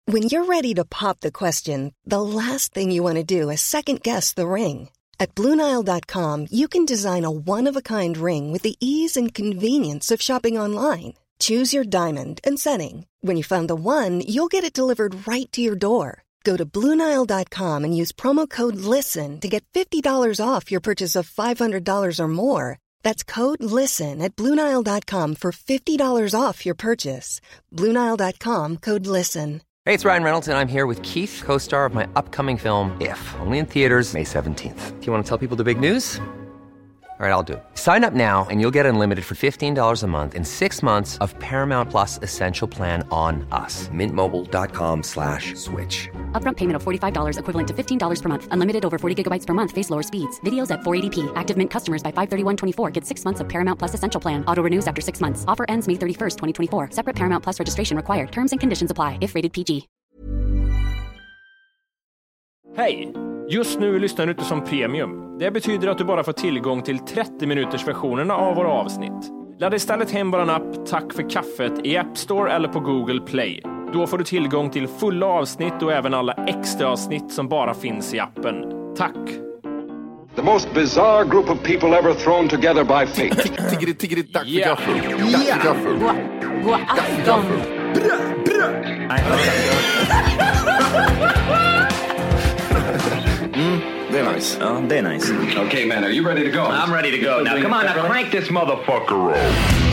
When you're ready to pop the question, the last thing you want to do is second-guess the ring. At BlueNile.com, you can design a one-of-a-kind ring with the ease and convenience of shopping online. Choose your diamond and setting. When you find the one, you'll get it delivered right to your door. Go to BlueNile.com and use promo code LISTEN to get $50 off your purchase of $500 or more. That's code LISTEN at BlueNile.com for $50 off your purchase. BlueNile.com, code LISTEN. Hey, it's Ryan Reynolds, and I'm here with Keith, co-star of my upcoming film, If, only in theaters May 17th. Do you want to tell people the big news? All right, I'll do it. Sign up now and you'll get unlimited for $15 a month and 6 months of Paramount Plus Essential Plan on us. MintMobile.com/switch. Upfront payment of $45 equivalent to $15 per month. Unlimited over 40 gigabytes per month. Face lower speeds. Videos at 480p. Active Mint customers by 531.24 get 6 months of Paramount Plus Essential Plan. Auto renews after 6 months. Offer ends May 31st, 2024. Separate Paramount Plus registration required. Terms and conditions apply if rated PG. Hej! Just nu lyssnar du inte som premium. Det betyder att du bara får tillgång till 30 minuters versionerna av våra avsnitt. Ladda istället hem vår app Tack för kaffet i App Store eller på Google Play. Då får du tillgång till fulla avsnitt och även alla extra avsnitt som bara finns i appen. Tack! The most bizarre group of people ever thrown together by fate. Tiggeri, tack för kaffe. Tack för kaffe. God afton. Det är nice. Ja, det är nice. Okay, man, are you ready to go? I'm ready to go. Now, come on, now crank this motherfucker up.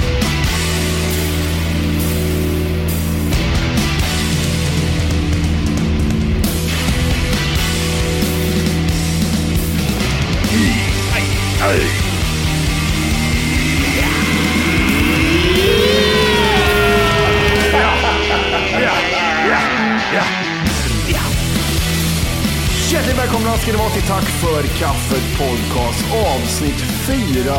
Hjärtligt välkomna ska det vara till Tack för kaffet podcast avsnitt 424.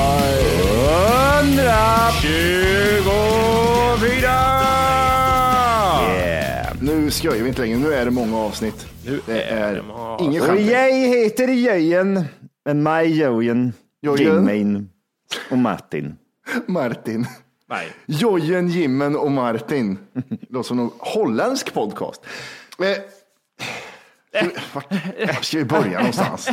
Yeah. Nu ska vi inte längre, nu är det många avsnitt. Det är ingen Och skämt. jag heter Jöjen, med mig Jöjen, Jimmin och Martin. Martin. Nej. Jojen, Jimmen och Martin. Det låter som en holländsk podcast. Var ska vi börja någonstans?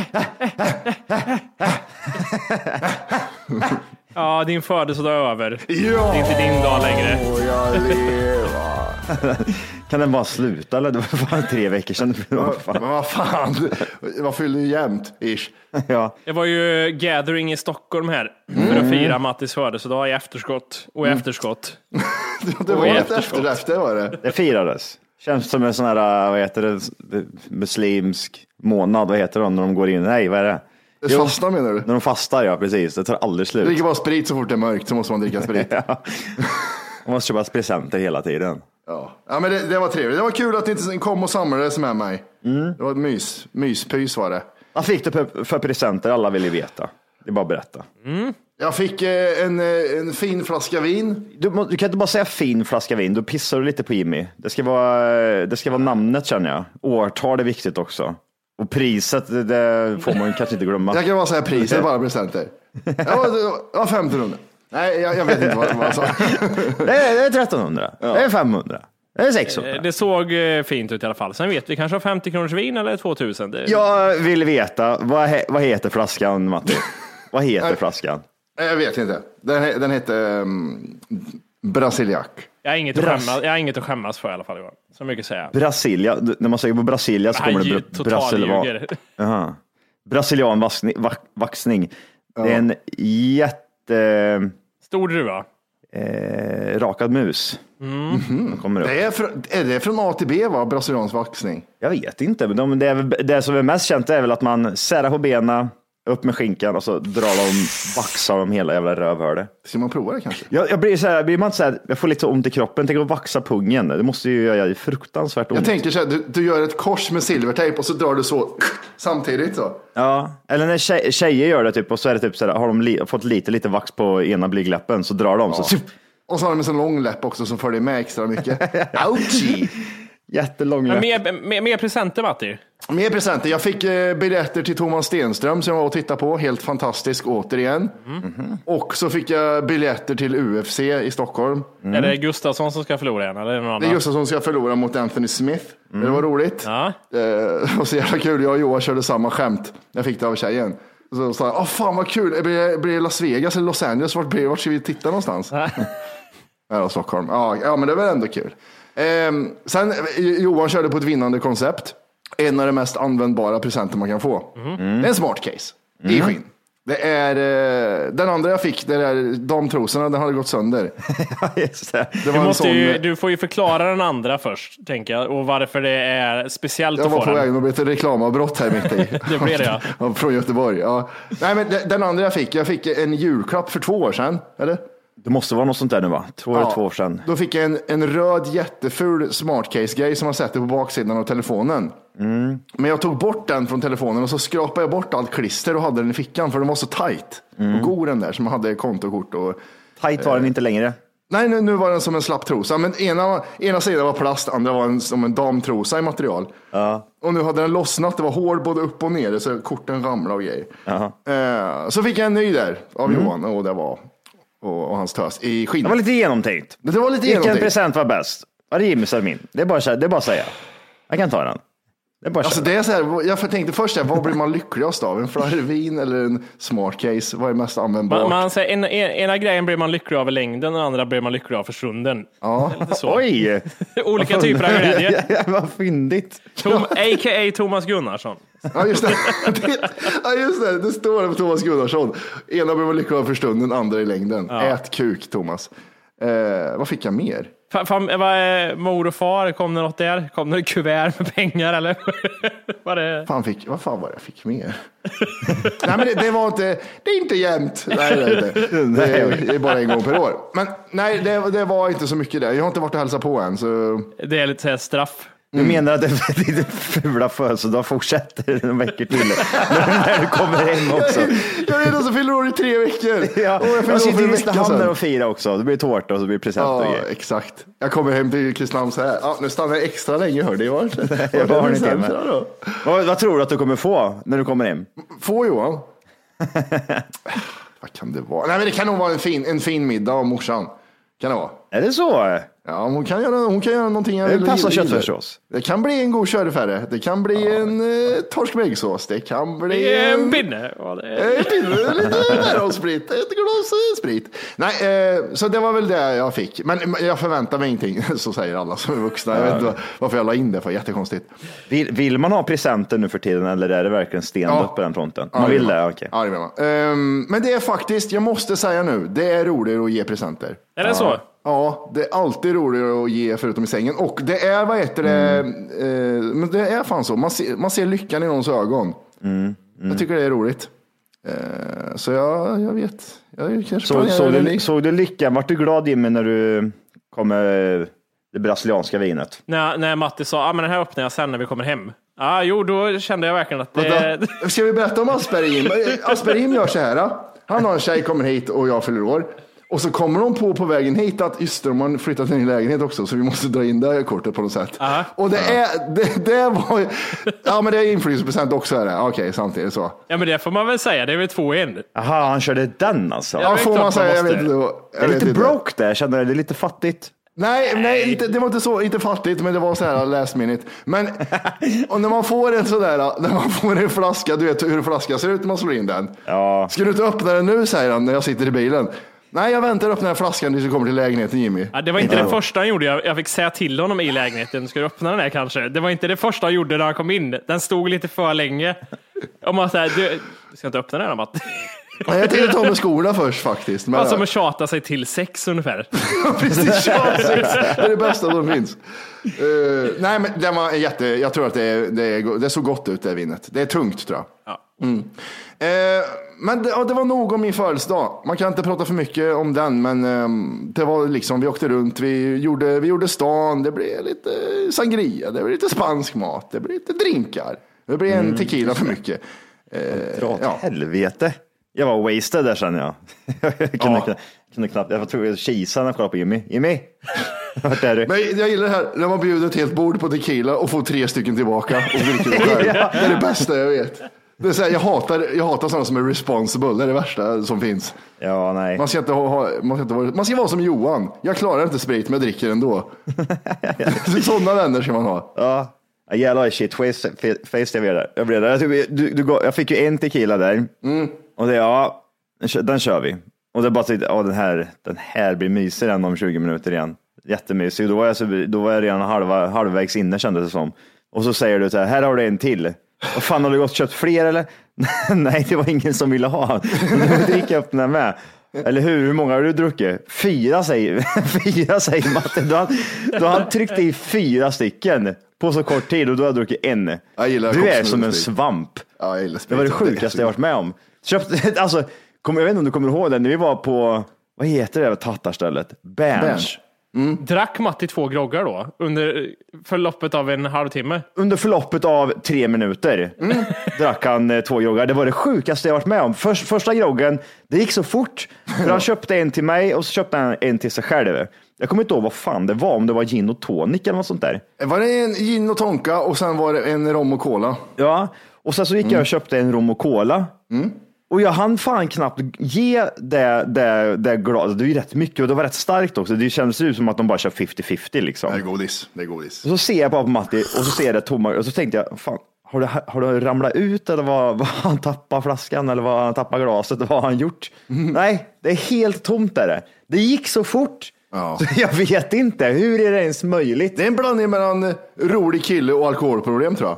Ja, din födelsedag är över. Ja, Det är inte din dag längre. Jag lever. Kan den bara sluta eller? Det var fan 3 veckor sedan. Men vad fan, vad fyller du jämt, ish? Ja. Det var ju gathering i Stockholm här för att fira Mattis födelsedag i efterskott och efterskott. Det var ett efter var det. Det firades. Känns som en sån här, vad heter det, muslimsk månad, vad heter det när de går in? Nej, vad är det? Fasta menar du? När de fastar, ja precis. Det tar aldrig slut. Dricker bara sprit så fort det är mörkt så måste man dricka sprit. Ja. Man måste köpa presenter hela tiden. Ja, men det var trevligt. Det var kul att ni inte kom och samlades med mig. Det var ett myspys var det. Vad fick du för presenter? Alla vill ju veta. Det är bara att berätta. Jag fick en fin flaska vin. Du kan inte bara säga fin flaska vin. Då pissar du lite på Jimmy. Det ska vara namnet, känner jag. Årtal är viktigt också. Och priset, det får man kanske inte glömma. Jag kan bara säga priset, bara presenter. Det var 1500. Nej, jag vet inte vad jag sa. Det är 1300. Ja. Det är 500. Det är 600. Det såg fint ut i alla fall. Sen vet vi kanske har 50 kronors vin eller 2000. Jag vill veta, vad heter flaskan, Matti? Vad heter flaskan? Jag vet inte. Den heter Brasiliac. Jag har inget att skämmas för i alla fall. Så mycket säger jag. Brasilia. När man säger på Brasilia så kommer det brasilian vaxning. Det är en stor druva. Rakad mus. Kommer upp. Är det från A till B, va? Brasiliansk vaxning? Jag vet inte, men det som är mest känt är väl att man särar på benen, upp med skinkan och så vaxar de hela jävla rövhörde. Ska man prova det kanske? Jag blir så här, jag får lite ont i kroppen, tänk att vaxa pungen. Det måste ju göra fruktansvärt ont. Jag tänker så här, du gör ett kors med silvertejp och så drar du så samtidigt så. Ja, eller när tjejer gör det typ, och så är det typ så här, har de fått lite vax på ena blygdläppen så drar de så. Och så har de en sån lång läpp också som följer med extra mycket. Ouchie! Jättelång läpp. Mer presenter, Matti. Mer presenter. Jag fick biljetter till Thomas Stenström som jag var och tittade på. Helt fantastisk återigen. Och så fick jag biljetter till UFC i Stockholm. Är det Gustafsson som ska förlora igen? Eller är det någon annan? Det är Gustafsson som ska förlora mot Anthony Smith. Det var roligt. Ja. Och så jävla kul. Jag och Johan körde samma skämt. Jag fick det av tjejen. Så sa jag, fan vad kul. Blir det Las Vegas eller Los Angeles? Vart ska vi titta någonstans? Ja, Stockholm. Ja, men det var ändå kul. Sen Johan körde på ett vinnande koncept. En av de mest användbara presenter man kan få. Det är en smart case. I skinn. Det är den andra jag fick, det är damtrosorna, den hade gått sönder. Just det. Det var Du får ju förklara den andra först, tänker jag, och varför det är speciellt jag att få den. var på väg att bli ett reklamavbrott här mitt i. Det blev det, ja. Från Göteborg, ja. Nej, men den andra jag fick en julklapp för 2 år sedan, eller? Det måste vara något sånt där nu, va? 2 år sedan. Då fick jag en röd jätteful smartcase-grej som man sätter på baksidan av telefonen. Men jag tog bort den från telefonen och så skrapade jag bort allt klister och hade den i fickan för den var så tight. Och god den där som hade kontokort och... Tight var den inte längre. Nej, nu var den som en slapp trosa. Men ena sidan var plast, andra var som en damtrosa i material. Och nu hade den lossnat, det var hål både upp och ner så korten ramlade och grejer. Så fick jag en ny där av Johan och det var... Och hans tös i skinn. Det var lite genomtänkt. Det var lite Vilken present var bäst? Var det Jimmys eller min? Det är bara att säga. Jag kan ta den. Det är bara alltså det är så här, jag tänkte först här, vad blir man lyckligast av? En flahervin eller en smart case? Vad är mest användbart? Man säger, ena grejen blir man lycklig av längden och den andra blir man lycklig av försvunden. Ja. Oj! Olika typer av glädje. Vad fyndigt. A.k.a. Thomas Gunnarsson. Ja, just det. Ja, just det. Det står det på Thomas Gunnarsson. Ena blir man lycklig av för stunden, andra i längden. Ja. Ät kuk, Thomas. Vad fick jag mer? Mor och far, kom det något där? Kom det kuvert med pengar eller? Vad fan var det jag fick mer? Nej, men det var inte, det är inte jämnt. Nej, det är bara en gång per år. Men nej, det var inte så mycket där. Jag har inte varit och hälsat på än. Så... Det är lite straff. Du menar att det fula födelsedag fortsätter en vecka till när du kommer hem också? Jag är redan så fyller år i 3 veckor. Ja. Jag sitter i Kristinehamn där och fira också. Det blir tårta och så blir present. Ja, exakt. Jag kommer hem till Kristinehamn så här. Ja, nu stannar jag extra länge, hörde jag. Vad tror du att du kommer få när du kommer hem? Få, Johan? Vad kan det vara? Nej, men det kan nog vara en fin middag av morsan. Kan det vara? Är det så? Ja, hon kan göra någonting. Det passar köttfärssås. Det kan bli en god körefärre. Det kan bli en torsk med äggsås. Det kan bli en pinne. En pinne, lite bäronssprit, ett glas sprit. Nej, så det var väl det jag fick. Men jag förväntar mig ingenting, så säger alla som är vuxna. Jag vet inte varför jag la in det, för jättekonstigt. Vill man ha presenter nu för tiden eller är det verkligen stendött på den fronten? Man vill det, okej. Ja, det vill man. Men det är faktiskt, jag måste säga nu, det är roligare att ge presenter. Är det så? Ja, det är alltid roligare att ge förutom i sängen. Och det är, men det är fan så. Man ser lyckan i någons ögon. Jag tycker det är roligt. Så jag vet. Såg du lyckan? Vart du glad, Jimmy, när du kom med det brasilianska vinet? När Matti sa, men den här öppnar jag sen när vi kommer hem. Jo, då kände jag verkligen att det... Ska vi berätta om Asperim? Asperim gör så här. Han har en tjej, kommer hit och jag fyller år. Och så kommer de på vägen hit att just de har flyttat in i lägenhet också, så vi måste dra in det kortet på något sätt. Och det var... Ja, men det är inflytelsepresent också. Okej, samtidigt så. Ja, men det får man väl säga. Det är väl 2-1. Jaha, han körde den alltså. Ja, får man säga. Jag vet inte. Det är lite broke där, känner du? Det är lite fattigt. Nej, det var inte så, inte fattigt, men det var så här last minute. Men och när man får en sådär, när man får en flaska, du vet hur en flaska ser ut när man slår in den. Ja. Ska du inte öppna den nu, säger han när jag sitter i bilen. Nej, jag väntar upp den här flaskan tills du kommer till lägenheten, Jimmy. Ja, det var inte det första han gjorde. Jag fick säga till honom i lägenheten. Ska du öppna den här kanske? Det var inte det första han gjorde när han kom in. Den stod lite för länge. Och man säger, du ska inte öppna den här, Matt. Nej, jag tänkte ta med skorna först faktiskt. Men som att tjata sig till 6 ungefär. Precis, tjata 6. Det är det bästa som finns. Nej, men det var jag tror att det såg gott ut, det vinet. Det är tungt, tror jag. Ja. Men det var nog om min födelsedag. Man kan inte prata för mycket om den, men det var liksom, vi åkte runt, vi gjorde stan, det blev lite sangria, det blev lite spansk mat, det blev lite drinkar, det blev en tequila för mycket. Helvete. Jag var wasted där, känner jag. Jag kunde knappt, jag tror jag kisade när jag kollade på Jimmy. Vart är du? Men jag gillar det här när man bjuder ett helt bord på tequila och får 3 stycken tillbaka och dricker det själv. Det är det bästa jag vet. Det är så här, jag hatar sådana som är responsible. Det är det värsta som finns. Ja, nej. Man ska vara som Johan. Jag klarar inte sprit men jag dricker ändå. Sådana vänner ska man ha. Ja. Jävlar shitface jag blev där. Jag fick ju en tequila där. Och det, den kör vi. Och det bara tänkte, den här blir mysig än om 20 minuter igen. Jättemysig. Då var jag redan halvvägs inne kändes det som. Och så säger du så här har du en till. Vad fan, har du gått och köpt fler eller? Nej, det var ingen som ville ha. Du dricker upp den här med. Eller hur många har du druckit? 4 säger Matte. Då har han tryckt i 4 stycken på så kort tid och då har jag druckit en. Du är som en svamp. Ja, jag gillar sprit. Det var det sjukaste jag varit med om. Jag vet inte om du kommer ihåg det, när vi var på, vad heter det tattarstället? Berns. Drack Matti 2 groggar då under förloppet av en halvtimme? Under förloppet av 3 minuter drack han 2 groggar. Det var det sjukaste jag varit med om. Första groggen, det gick så fort. För han köpte en till mig och så köpte han en till sig själv. Jag kommer inte ihåg vad fan det var, om det var gin och tonic eller något sånt där. Var det en gin och tonka och sen var det en rom och cola? Ja, och sen så gick jag och köpte en rom och cola. Och jag hann fan knappt ge det glaset. Det är ju rätt mycket och det var rätt starkt också. Det kändes ut som att de bara kör 50-50 liksom. Det är godis. Och så ser jag på Matti och så ser jag det tomma och så tänkte jag, fan, har du ramlat ut eller vad han tappar flaskan eller vad han tappar glaset, vad har han gjort? Nej, det är helt tomt där. Det gick så fort. Ja. Så jag vet inte, hur är det ens möjligt? Det är en blandning mellan rolig kille och alkoholproblem tror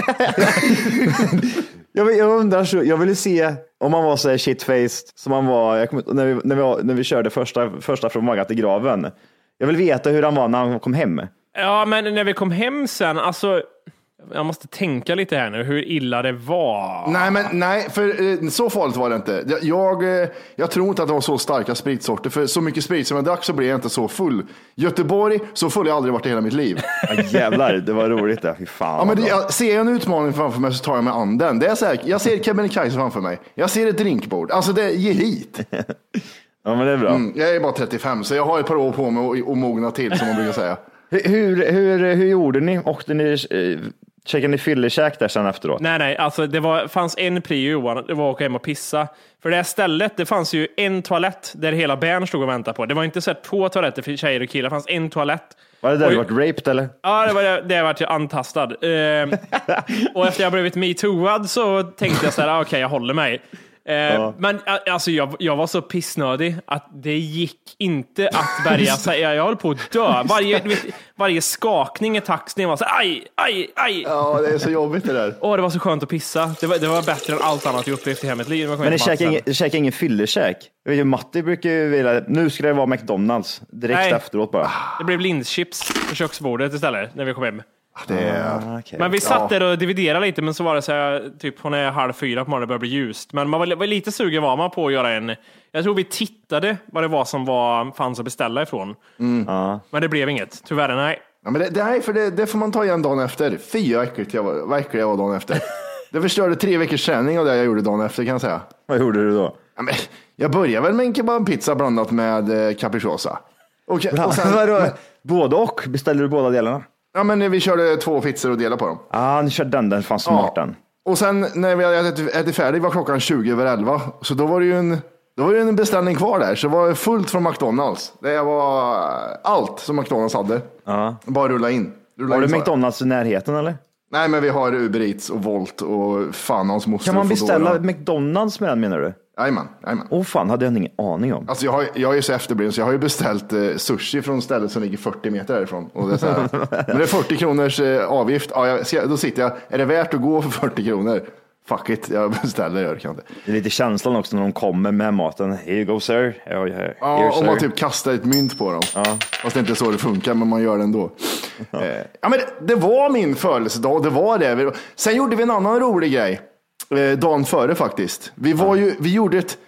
jag. Jag undrar så, jag ville se om man var så här shitfaced som man var när vi körde första från Magga till graven. Jag vill veta hur han var när han kom hem. Ja, men när vi kom hem sen, alltså jag måste tänka lite här nu hur illa det var. Nej, för så farligt var det inte. Jag tror inte att det var så starka spritsorter, för så mycket sprit som jag drack så blev jag inte så full. Göteborg, så full har jag aldrig varit i hela mitt liv. Ja, jävlar, det var roligt det. Fy fan. Ja, men ser jag en utmaning framför mig så tar jag med anden. Det är så här, jag ser Kebnekaise framför mig. Jag ser ett drinkbord. Alltså det ger hit. Ja, men det är bra. Jag är bara 35 så jag har ett par år på mig och mogna till som man brukar säga. Hur gjorde ni? Åkte ni käkade ni fyllekäk där sen efteråt? Nej, alltså fanns en prio Johan, det var att åka hem och pissa. För det här stället, det fanns ju en toalett där hela Bern stod och väntade på. Det var inte så här 2 toaletter för tjejer och killar, det fanns en toalett. Var det där du varit raped eller? Ja, det var jag antastad. Och efter jag blivit me-tooad så tänkte jag så här, okej, jag håller mig. Men alltså jag var så pissnödig att det gick inte att bärga sig. Jag höll på att dö. Varje skakning i taxen var så aj. Ja, det är så jobbigt det där. Det var så skönt att pissa. Det var bättre än allt annat jag upplevt i hela mitt liv. Men ni käkar ingen fyllekäk? Jag vet ju, Matti brukar ju vilja, nu ska det vara McDonalds direkt efteråt bara. Det blev linschips på köksbordet istället när vi kom hem. Okay. Men vi satt där och dividerade lite, men så var det så här, typ hon är 3:30 på morgonen, det börjar bli ljust. Men man var lite sugen var man på att göra jag tror vi tittade vad det var som fanns att beställa ifrån. Men det blev inget, tyvärr nej. Ja, men det får man ta igen dagen efter. Fy vad äckligt jag var dagen efter. Det förstörde 3 veckors träning av det jag gjorde dagen efter, kan jag säga. Vad gjorde du då? Ja, men jag började väl med en kebabpizza blandat med capricciosa. Och sen, både och? Beställde du båda delarna? Ja, men vi körde 2 pizzor och delade på dem. Ni körde den fanns smart den. Och sen när vi hade ätit färdigt var klockan 20:11. Så då var det ju en beställning kvar där. Så det var fullt från McDonalds. Det var allt som McDonalds hade. Bara rulla in. Har du McDonalds i närheten eller? Nej, men vi har Uber Eats och Volt och fan hans moster. Kan man beställa McDonalds med den, menar du? Jajamän. Fan, hade jag ingen aning om. Alltså jag är ju så efterbliven så jag har ju beställt sushi från stället som ligger 40 meter därifrån. Och det är så här, men det är 40 kronors avgift. Då sitter jag, är det värt att gå för 40 kronor? Fuck it, jag beställer, jag kan inte. Det är lite känslan också när de kommer med maten. Here you go sir. Ja, om man typ kastar ett mynt på dem. Fast det är inte så det funkar, men man gör det ändå. Ja, men det var min födelsedag, det var det. Sen gjorde vi en annan rolig grej. Dagen före faktiskt. Vi gjorde ett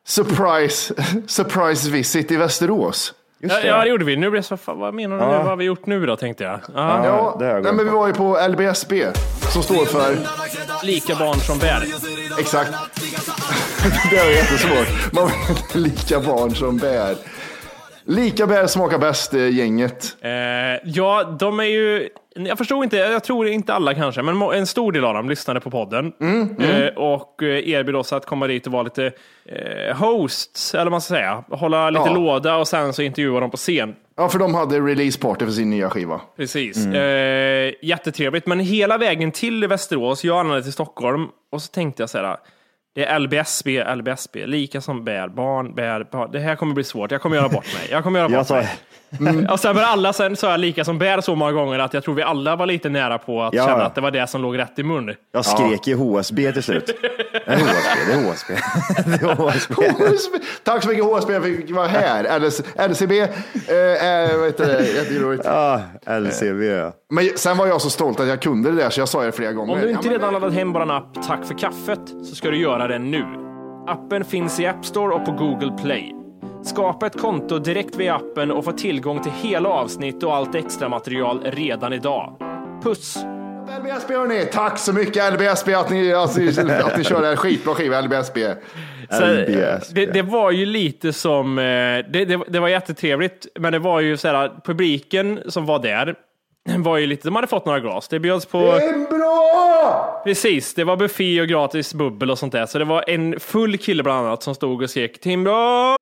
surprise visit i Västerås. Ja, det gjorde vi. Nu blev så, vad menar du nu? Vad har vi gjort nu då, tänkte jag. Men vi var ju på LBSB som står för lika barn som bär. Exakt. Det är jättesvårt. Lika barn som bär. Lika bär smakar bäst, gänget. Ja, de är ju... Jag förstår inte, jag tror inte alla kanske, men en stor del av dem lyssnade på podden. Och erbjöd oss att komma dit och vara lite hosts, eller vad man ska säga. Hålla lite låda och sen så intervjua dem på scen. Ja, för de hade release party för sin nya skiva. Precis. Jättetrevligt, men hela vägen till Västerås, jag anlände till Stockholm och så tänkte jag så här: det är LBSB, lika som bär. Det här kommer bli svårt, jag kommer göra bort mig. Och sen alla sa jag lika som bär så många gånger att jag tror vi alla var lite nära på att känna att det var det som låg rätt i mun. Jag skrek i HSB till slut. Det är HSB. Tack så mycket HSB, jag fick vara här. LCB, vet du, jätteroligt. Ja, LCB. Men sen var jag så stolt att jag kunde det där, så jag sa det flera gånger. Om du inte redan laddat hem bara en app Tack för kaffet, så ska du göra det nu. Appen finns i App Store och på Google Play. Skapa ett konto direkt via appen och få tillgång till hela avsnitt och allt extra material redan idag. Puss! LBSB hörni, tack så mycket LBSB att ni kör det här skitbra skiva LBSB. Det var ju lite som det var jättetrevligt, men det var ju så här, publiken som var där var ju lite, de hade fått några glas. Det bjöds på bra! Precis, det var buffé och gratis bubbel och sånt där. Så det var en full kille bland annat som stod och skrek Timbro!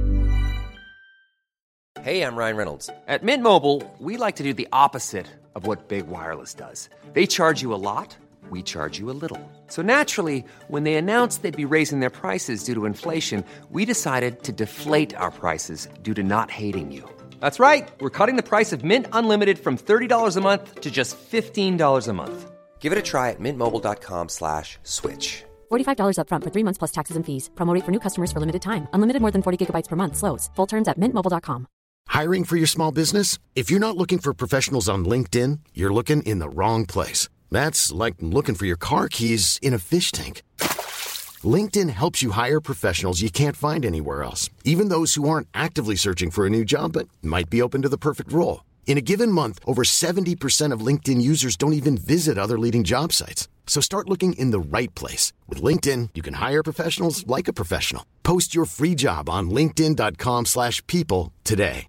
Hey, I'm Ryan Reynolds. At Mint Mobile, we like to do the opposite of what Big Wireless does. They charge you a lot, we charge you a little. So naturally, when they announced they'd be raising their prices due to inflation, we decided to deflate our prices due to not hating you. That's right. We're cutting the price of Mint Unlimited from $30 a month to just $15 a month. Give it a try at mintmobile.com/switch. $45 up front for 3 months plus taxes and fees. Promo rate for new customers for limited time. Unlimited more than 40 gigabytes per month. Slows full terms at mintmobile.com. Hiring for your small business? If you're not looking for professionals on LinkedIn, you're looking in the wrong place. That's like looking for your car keys in a fish tank. LinkedIn helps you hire professionals you can't find anywhere else, even those who aren't actively searching for a new job but might be open to the perfect role. In a given month, over 70% of LinkedIn users don't even visit other leading job sites. So start looking in the right place. With LinkedIn, you can hire professionals like a professional. Post your free job on linkedin.com/people today.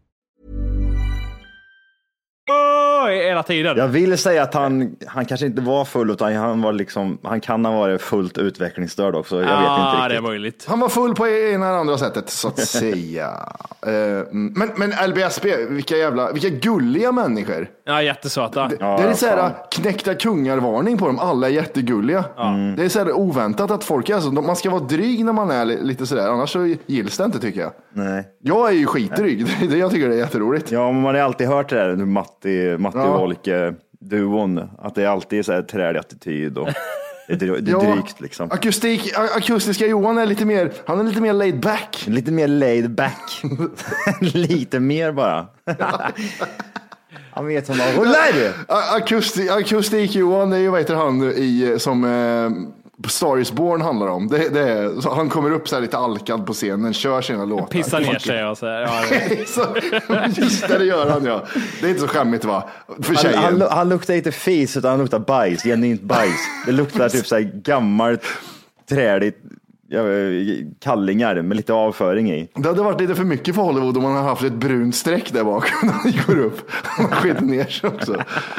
Hela tiden. Jag vill säga att han kanske inte var full, utan han kan ha varit fullt utvecklingsstörd också. Jag vet inte riktigt. Det är möjligt. Han var full på ena eller andra sättet, så att säga. Men LBSB, vilka gulliga människor. Ja, jättesöta. Det är så här knäckta kungar-varning på dem. Alla är jättegulliga. Det är så här oväntat att folk är så. Man ska vara dryg när man är lite sådär. Annars så gills det inte, tycker jag. Nej. Jag är ju skitdryg. Jag tycker det är jätteroligt. Ja, men man har alltid hört det där Matti Wolke duon, att det är alltid så här trälig attityd och det är drygt liksom. Akustiska Johan är lite mer laid back. Lite mer laid back. Lite mer bara. Han vet som han rullar. Akustik Johan, det är ju, vad heter han som Star is Born handlar om. Det är, så han kommer upp så här lite alkad på scenen, kör sina låtar. Pissar ner sig och så. Just det gör han, ja. Det är inte så skämmigt, va? För tjejen. Han luktar inte fis, utan han luktar bajs, genuint bajs. Det luktar typ så här gammalt, träligt kallingar med lite avföring i. Det hade varit lite för mycket för Hollywood om man har haft ett brunt streck där bak när han går upp. Han sket ner sig också.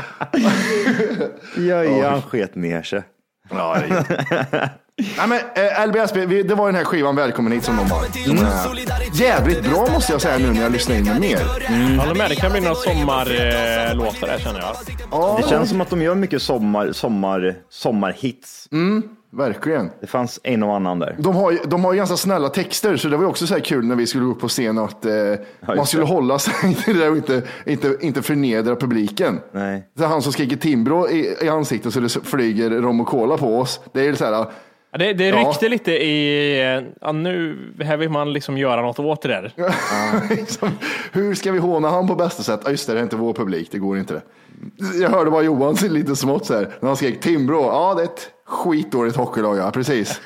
Ja, han sket ner sig. Ja, nej, men LBSB, det var den här skivan Välkommen hit som de var. Jävligt bra, måste jag säga, nu när jag lyssnar in mer. Ja, det kan bli några sommarlåtar där, känner jag. Det känns som att de gör mycket sommarhits. Verkligen. Det fanns en och annan där. De har ju ganska snälla texter, så det var också så här kul när vi skulle gå upp på scen att man skulle hålla sig där och inte förnedra publiken. Nej. Så han som skriker Timbro i ansiktet så det flyger rom och cola på oss. Det är så här. Det ryckte lite i nu här vill man liksom göra något åt det där. Hur ska vi håna han på bästa sätt? Just det är inte vår publik, det går inte det. Jag hörde bara Johan lite smått så här när han skrek Timbro. Ja, det är ett skitdåligt hockeylag, ja, precis.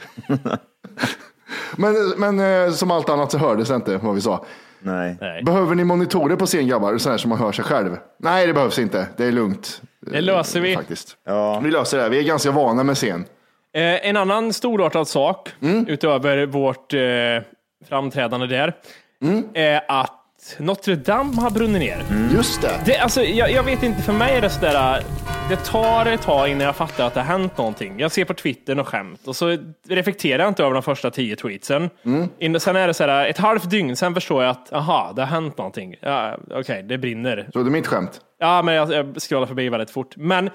men som allt annat så hördes inte vad vi sa. Nej. Behöver ni monitorer på scen, grabbar, så här som man hör sig själv? Nej, det behövs inte. Det är lugnt. Det löser vi. Faktiskt. Ja. Vi löser det. Vi är ganska vana med scen. En annan storartad sak utöver vårt framträdande där är att Notre Dame har brunnit ner. Just det. Alltså, jag vet inte, för mig är det sådär, det tar ett tag innan jag fattar att det har hänt någonting. Jag ser på Twitter och skämt och så reflekterar jag inte över de första 10 tweetsen. Sen är det sådär, ett halvt dygn, sen förstår jag att aha, det har hänt någonting. Ja, okej, det brinner. Så det är mitt skämt? Ja, men jag scrollar förbi väldigt fort. Men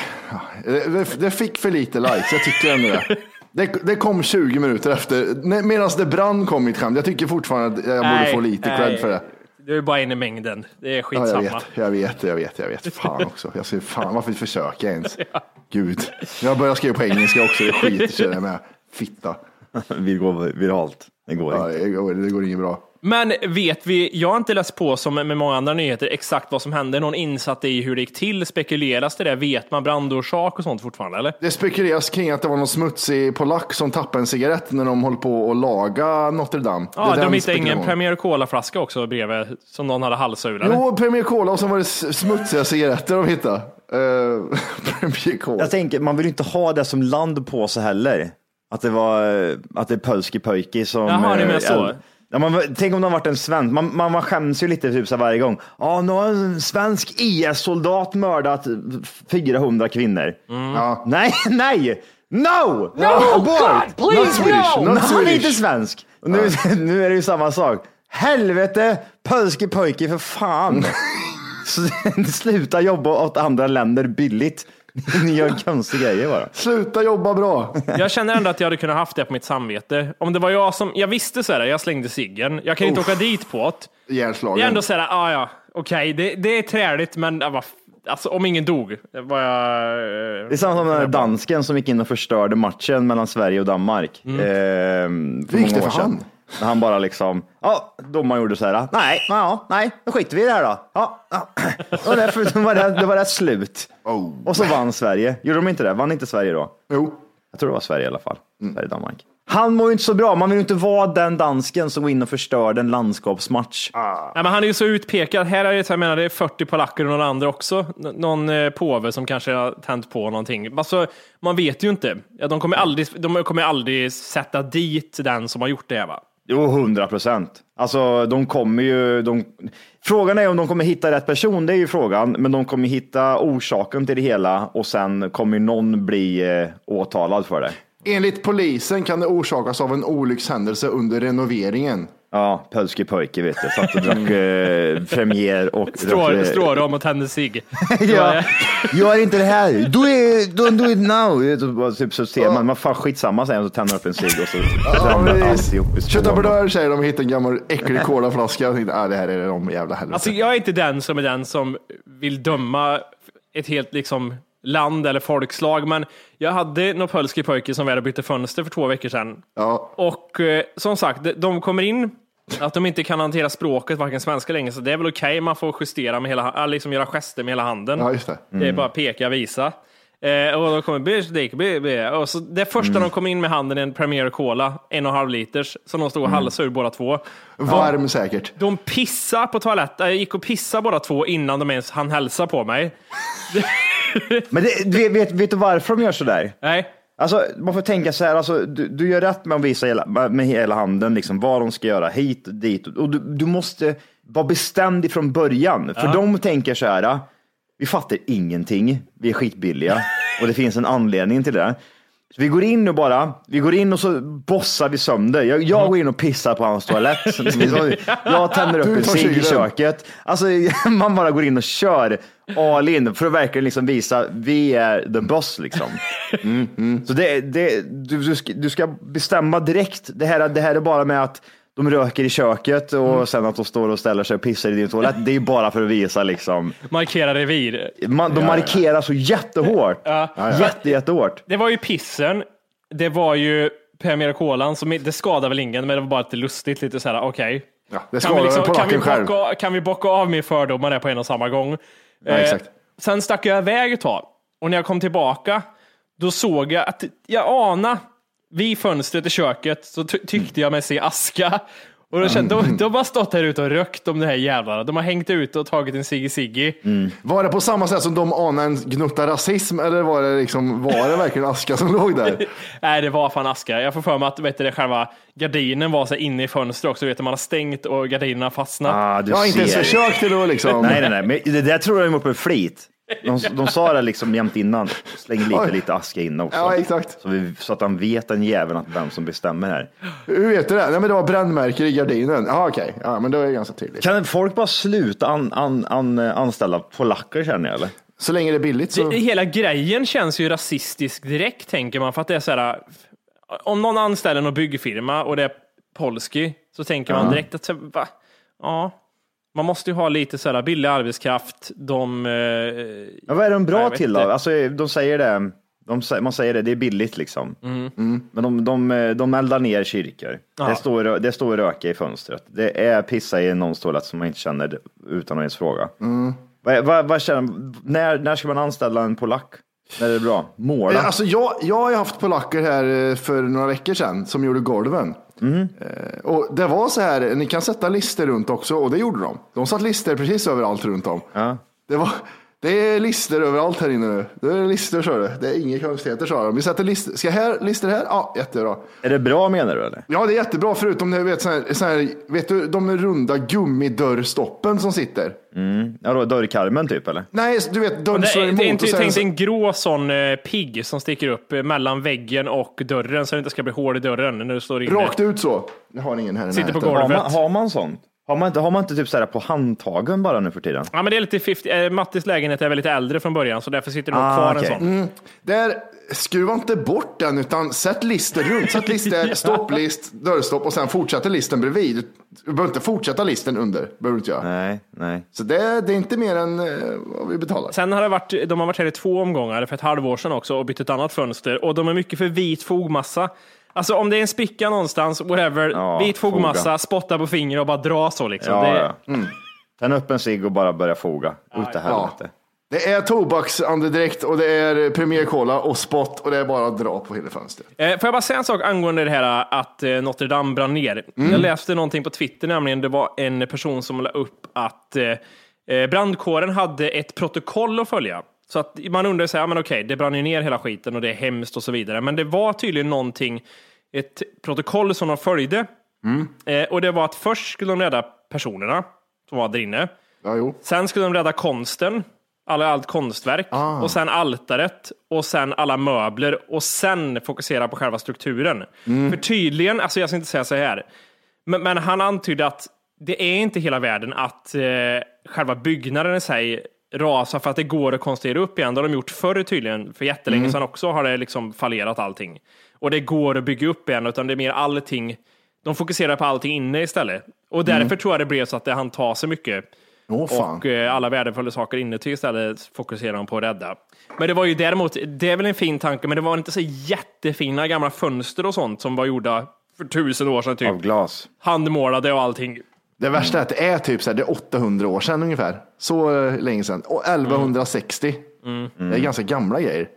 det fick för lite likes, jag tycker ändå det kom 20 minuter efter, medan det brann kom mitt skämt. Jag tycker fortfarande att jag borde få lite cred för det. Du är bara inne i mängden. Det är skitsamma. Jag vet. Fan också. Jag ser fan, varför försöker jag ens? Gud. Jag börjar skriva på engelska också. Det skiter sig med. Fitta. Vi går viralt. Det går inte. Det går inget bra. Men vet vi, jag har inte läst på som med många andra nyheter exakt vad som hände. Någon insatt i hur det gick till? Spekuleras det där? Vet man brandorsak och sånt fortfarande, eller? Det spekuleras kring att det var någon smutsig polack som tappade en cigarett när de höll på att laga Notre Dame. Ja, de hittade ingen Premier Cola-flaska också bredvid som någon hade halshuggat. Jo, Premier Cola, och så var det smutsiga cigaretter de hittade. Premier Cola. Jag tänker, man vill inte ha det som land på sig heller. Att det är Polski pojki som... Jaha, det är med så. Ja, tänk om det har varit en svensk. Man skäms ju lite typ så varje gång. Ja, nu har en svensk IS-soldat mördat 400 kvinnor. Ja. Nej. No, God, please, Not Swedish. no! Not Han är Swedish. inte svensk. Och nu är det ju samma sak. Helvete, polski pojke, för fan. Sluta jobba åt andra länder billigt. Ni gör konstiga grejer bara. Sluta jobba bra. Jag känner ändå att jag hade kunnat haft det på mitt samvete. Om det var jag visste så här, jag slängde ciggen. Jag kan inte åka dit på det. Järnslagen. Jag är ändå så här, okej, det är träligt, men alltså, om ingen dog. Det är samma som den här dansken som gick in och förstörde matchen mellan Sverige och Danmark. Hur gick det för han? När han bara liksom, domaren gjorde så här, nej, då skiter vi i det här då. Och därför var det slut. Och så vann Sverige. Gjorde de inte det? Vann inte Sverige då? Jo. Jag tror det var Sverige i alla fall. Sverige-Danmark. Han mår ju inte så bra. Man vill ju inte vara den dansken som går in och förstörde en landskapsmatch. Nej, men han är ju så utpekad. Här är det, jag menar, det är 40 polacker och någon andra också. Någon påve som kanske har tänt på någonting. Alltså, man vet ju inte. Ja, de kommer aldrig sätta dit den som har gjort det, va? Jo, 100%. Alltså, de kommer ju... Frågan är om de kommer hitta rätt person, det är ju frågan. Men de kommer hitta orsaken till det hela och sen kommer någon bli åtalad för det. Enligt polisen kan det orsakas av en olyckshändelse under renoveringen. Ja, polski pojke vet jag. Satt och drack premiär och... Strårom och tände cigg. Ja, gör inte det här. Don't do it now. Typ så ser man fan skitsamma sen så tänder upp en cigg och så ramlar alltihop. Kötta på dörr säger de och hittar en gammal äcklig colaflaska. Jag tänkte, det här är de jävla helvete. Alltså jag är inte den som vill döma ett helt liksom land eller folkslag, men jag hade någon polski pojke som var bytte fönster för 2 veckor sedan. Ja. Och som sagt, de kommer in att de inte kan hantera språket, varken svenska längre, så det är väl okej. Man får justera med hela, liksom göra gester med hela handen. Ja, just det. Det är bara peka, visa. Och då kommer och så det första de kom in med handen är en Premier Cola 1,5 liters som de stod och halsade ur båda två. Varm säkert. De pissar på toaletten. Jag gick och pissade båda två innan de ens hann hälsa på mig. Men vet du varför de gör så där? Nej. Alltså, man får tänka så här, alltså, du gör rätt med att visa med hela handen liksom, vad de ska göra hit dit. Och du måste vara bestämd ifrån början. För de tänker så här, vi fattar ingenting, vi är skitbilliga. Och det finns en anledning till det. Så vi går in och så bossar vi sönder. Jag går in och pissar på hans toalett. Jag tänder upp en cigg i köket. Alltså, man bara går in och kör all in för att verkligen liksom visa vi är the boss liksom. Så du ska bestämma direkt. Det här är bara med att de röker i köket och sen att de står och ställer sig och pissar i din toalett. Det är ju bara för att visa liksom. Markera revir. De markerar så jättehårt. Jättehårt. Det var ju pissen. Det var ju Premier Colan som det skadar väl ingen, men det var bara lite lustigt, lite så här, okej. Ja, det skadar kan vi bocka av med fördomar där på en och samma gång? Ja, exakt. Sen stack jag iväg ett tag. Och när jag kom tillbaka, då såg jag att jag anade vid fönstret i köket så tyckte jag mig se aska. Och de har bara stått här ute och rökt om det här jävlarna. De har hängt ut och tagit en Siggi. Var det på samma sätt som de anade en gnutta rasism eller var det verkligen aska som låg där? Nej, det var fan aska. Jag får för mig att själva gardinen var så inne i fönstret också. Man har stängt och gardinerna fastnat. Jag har inte ens försökt till att liksom... Nej. Men det där tror jag de gjort med flit. De sa det liksom jämt innan. Släng lite aska in också. Ja, exakt. Så att han vet den jäveln att vem som bestämmer här. Hur vet du det? Nej, men det var brännmärker i gardinen. Ja, okej. Ja, men då är det ganska tydligt. Kan folk bara sluta anställa polacker, känner jag, eller? Så länge det är billigt så... Hela grejen känns ju rasistisk direkt, tänker man. För att det är så här... Om någon anställer någon byggfirma och det är polski, så tänker man direkt att... Va? Ja... Man måste ju ha lite sådär billig arbetskraft. Vad är de bra till då? Alltså, de säger det. Man säger det är billigt liksom. Men de eldar ner kyrkor. Ja. Det står röka i fönstret. Det är pissa i någons toalett som man inte känner utan att ens fråga. Vad känner, när ska man anställa en polack? När det är bra? Måla? Alltså jag har haft polacker här för några veckor sedan som gjorde golven. Och det var så här, ni kan sätta lister runt också, och det gjorde de. De satt lister precis överallt runt om. Ja. Det är lister överallt här inne nu. Det är lister, så det är inga konstigheter, sa de. Vi sätter lister. Ska här lister här? Ja, jättebra. Är det bra, menar du, eller? Ja, det är jättebra, förutom det, vet du, de runda gummidörrstoppen som sitter. Ja, då dörrkarmen typ, eller? Nej, du vet, dörren slår emot. Det är inte tänkt en grå sån pigg som sticker upp mellan väggen och dörren, så det inte ska bli hål i dörren när du står inne. Rakt ut så. Jag har ingen här. Sitter på golvet. Har man sånt? Har man inte typ så här på handtagen bara nu för tiden? Ja, men det är lite 50. Mattis lägenhet är väldigt äldre från början, så därför sitter det nog kvar en sån. Där skruva inte bort den, utan sätt lister runt. Sätt lister, stopplist, dörrstopp och sen fortsätter listen bredvid. Du behöver inte fortsätta listen under. Behöver du inte göra. Nej. Så det är inte mer än vad vi betalar. Sen har de har varit här i 2 omgångar för ett halvår sedan också och bytt ett annat fönster. Och de är mycket för vit fogmassa. Alltså om det är en spricka någonstans, whatever, vit fogmassa, spotta på fingret och bara dra så liksom. Tänd upp en cigg och bara börja foga. Ute helvete. Det är tobaksandedräkt och det är Premier Cola och spott och det är bara att dra på hela fönstret. Får jag bara säga en sak angående det här att Notre Dame brann ner. Jag läste någonting på Twitter, nämligen det var en person som la upp att brandkåren hade ett protokoll att följa. Så att man undrar så här, men okej, det brann ju ner hela skiten och det är hemskt och så vidare. Men det var tydligen ett protokoll som de följde. Och det var att först skulle de rädda personerna som var där inne. Sen skulle de rädda konsten, allt konstverk. Och sen altaret. Och sen alla möbler. Och sen fokusera på själva strukturen. För tydligen, alltså jag ska inte säga så här. Men han antydde att det är inte hela världen att själva byggnaden i sig rasa för att det går att konstruera upp igen. Det har de gjort förr tydligen. För jättelänge sedan också har det liksom fallerat allting. Och det går att bygga upp igen, utan det är mer allting. De fokuserar på allting inne istället. Och därför tror jag det blev så att det han tar sig mycket. Och alla värdefulla saker inuti istället fokuserar de på att rädda. Men det var ju däremot, det är väl en fin tanke, men det var inte så jättefina gamla fönster och sånt som var gjorda för 1000 år sedan typ. Av glas. Handmålade och allting. Det värsta är att det är typ så här, det är 800 år sedan ungefär. Så länge sedan. Och 1160. Det är ganska gamla grejer.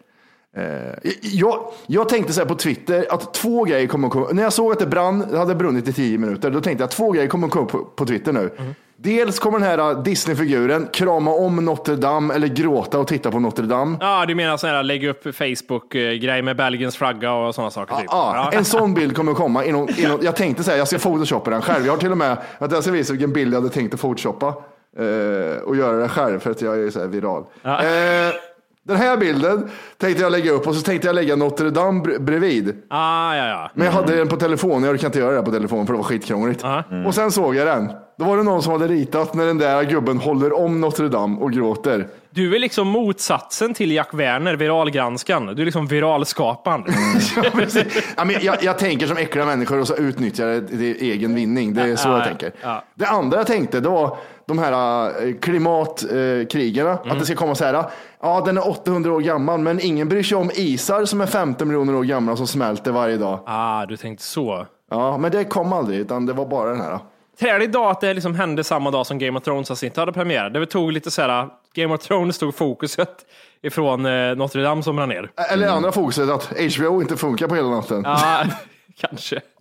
Jag tänkte så här på Twitter att 2 grejer kommer. När jag såg att det hade brunnit i 10 minuter, då tänkte jag att 2 grejer kommer komma på Twitter nu. Dels kommer den här Disney-figuren krama om Notre Dame eller gråta och titta på Notre Dame. Ja, du menar sån här lägga upp Facebook-grej med Belgiens flagga och sådana saker typ. Ja, en sån bild kommer komma. Jag tänkte säga, jag ska photoshoppa den själv. Jag har till och med att jag ska visa vilken bild jag hade tänkt att photoshoppa och göra det själv för att jag är så här viral. Den här bilden tänkte jag lägga upp och så tänkte jag lägga Notre Dame bredvid. Men jag hade den på telefon, jag kan inte göra det på telefon för det var skitkrångligt. Och sen såg jag den. Då var det någon som hade ritat när den där gubben håller om Notre Dame och gråter. Du är liksom motsatsen till Jack Werner, viralgranskan. Du är liksom viralskaparen. Jag tänker som äckliga människor och så utnyttjar det till egen vinning. Det är så jag tänker. Det andra jag tänkte, det var de här klimatkrigarna. Att det ska komma så här, ja den är 800 år gammal, men ingen bryr sig om isar som är 15 miljoner år gamla som smälter varje dag. Du tänkte så. Ja, men det kom aldrig, utan det var bara den här. Tredje dag att det liksom hände samma dag som Game of Thrones inte hade premiär. Det tog lite så här, Game of Thrones tog fokuset ifrån Notre Dame som brann ner. Eller andra fokuset att HBO inte funkar på hela natten. Ja, kanske.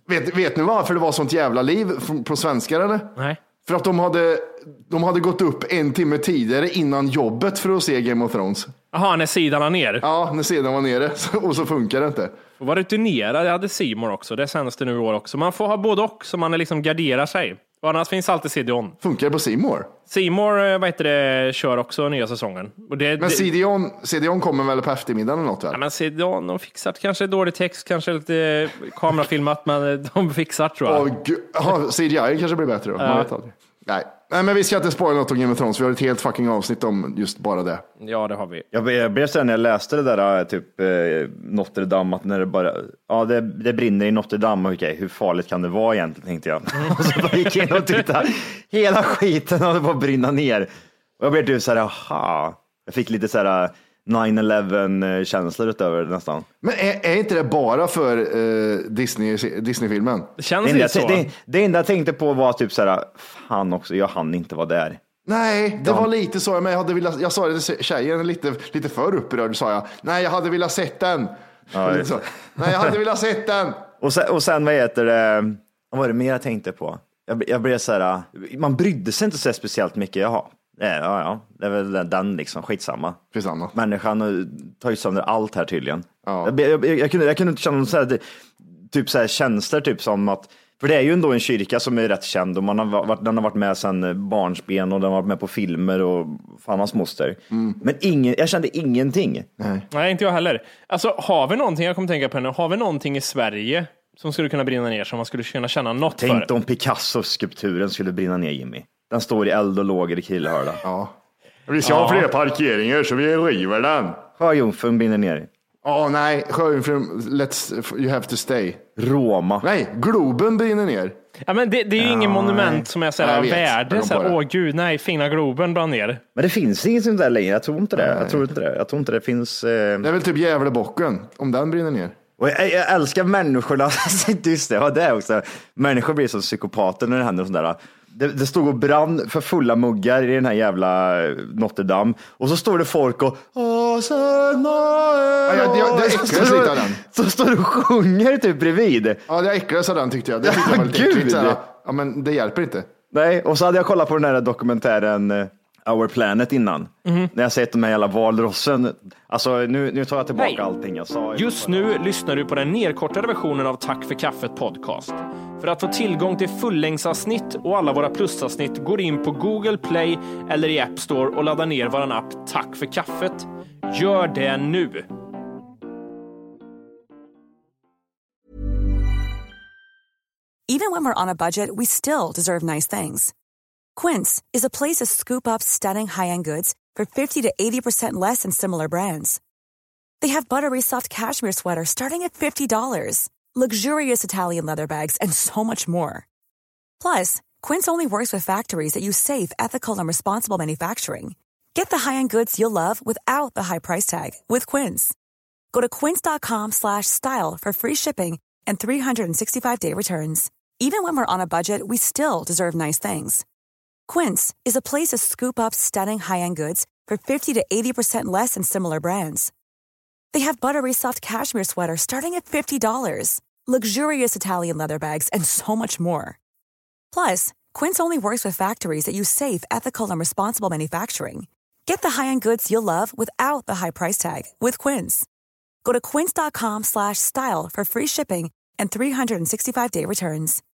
Vet ni varför det var sånt jävla liv på svenskar eller? Nej. För att de hade gått upp 1 timme tidigare innan jobbet för att se Game of Thrones. Jaha, när sidan var ner? Ja, när sidan var nere och så funkar det inte. Och var rutinerad, jag hade C More också, det sänds det nu i år också. Man får ha både och så man liksom garderar sig. Och annars finns alltid CDON. Funkar det på C More? C More, kör också nya säsongen. Och men CDON kommer väl på eftermiddagen eller något väl? Ja, men CDON, de fixar kanske dålig text, kanske lite kamerafilmat, men de fixar tror jag. CGI kanske blir bättre då. Man vet aldrig. Nej, men vi ska inte spoila något om Game of Thrones. Vi har ett helt fucking avsnitt om just bara det. Ja, det har vi. Jag blev sen när jag läste det där typ Notre Dame, att när det bara, det brinner i Notre Dame, okej, hur farligt kan det vara egentligen, tänkte jag. Och så bara gick jag in och tittade, hela skiten håller på att brinna ner. Och jag blev typ så här, jag fick lite så här 9/11 känslor utöver det nästan. Men är inte det bara för Disney-filmen? Det känns lite så. Det enda jag tänkte på var typ så här, fan också, jag hann inte vara där. Nej, det var lite så. Men jag sa det till tjejen lite för upprörd, sa jag. Nej, jag hade velat sett den. Ja, nej, jag hade velat sett den. Och sen vad heter det? Vad var det mer jag tänkte på? Jag blev så här, man brydde sig inte så speciellt mycket. Jaha. Ja, det är väl den liksom, skitsamma. Människan tar ju sönder allt här tydligen. Ja. Jag kunde inte känna så här, typ så här känslor, typ som att, för det är ju ändå en kyrka som är rätt känd och den har varit med sedan barnsben och den har varit med på filmer och fan hans moster. Men jag kände ingenting. Nej, inte jag heller. Alltså, har vi någonting, jag kommer tänka på nu, har vi någonting i Sverige som skulle kunna brinna ner, som man skulle kunna känna något för? Tänk om Picasso-skulpturen skulle brinna ner, Jimmy. Den står i eld och lågor i Killhörda. Ja. Vi ska ha fler parkeringar så vi river den. Sjöjungfrun brinner ner. Nej, Sjöjungfrun, you have to stay. Roma. Nej, Globen brinner ner. Ja, men det är ju ingen monument som är så här värde. Åh gud, nej, fina Globen brann ner. Men det finns inget sånt där längre, jag tror inte det. Jag tror inte det finns... Det är väl typ Gävlebocken, om den brinner ner. Och jag älskar människorna. Just det är också. Människor blir som psykopater när det händer sånt där. Det stod och brann för fulla muggar i den här jävla Notre Dame. Och så står det folk och... det äcklas lite av den. Så står du och sjunger typ bredvid. Ja, det äcklas av den tyckte jag. Det tyckte jag var lite äckligt. Ja, men det hjälper inte. Nej, och så hade jag kollat på den här dokumentären Our Planet innan. När jag sett de här jävla valrossen. Alltså nu tar jag tillbaka allting jag sa. Just nu lyssnar du på den nedkortade versionen av Tack för kaffet podcast. För att få tillgång till fullängdsavsnitt och alla våra plusavsnitt går in på Google Play eller i App Store och laddar ner våran app Tack för kaffet. Gör det nu! Even when we're on a budget, we still deserve nice things. Quince is a place to scoop up stunning high-end goods for 50 to 80% less than similar brands. They have buttery soft cashmere sweaters starting at $50, luxurious Italian leather bags, and so much more. Plus, Quince only works with factories that use safe, ethical, and responsible manufacturing. Get the high-end goods you'll love without the high price tag with Quince. Go to quince.com/style for free shipping and 365-day returns. Even when we're on a budget, we still deserve nice things. Quince is a place to scoop up stunning high-end goods for 50 to 80% less than similar brands. They have buttery soft cashmere sweaters starting at $50, luxurious Italian leather bags, and so much more. Plus, Quince only works with factories that use safe, ethical, and responsible manufacturing. Get the high-end goods you'll love without the high price tag with Quince. Go to quince.com/style for free shipping and 365-day returns.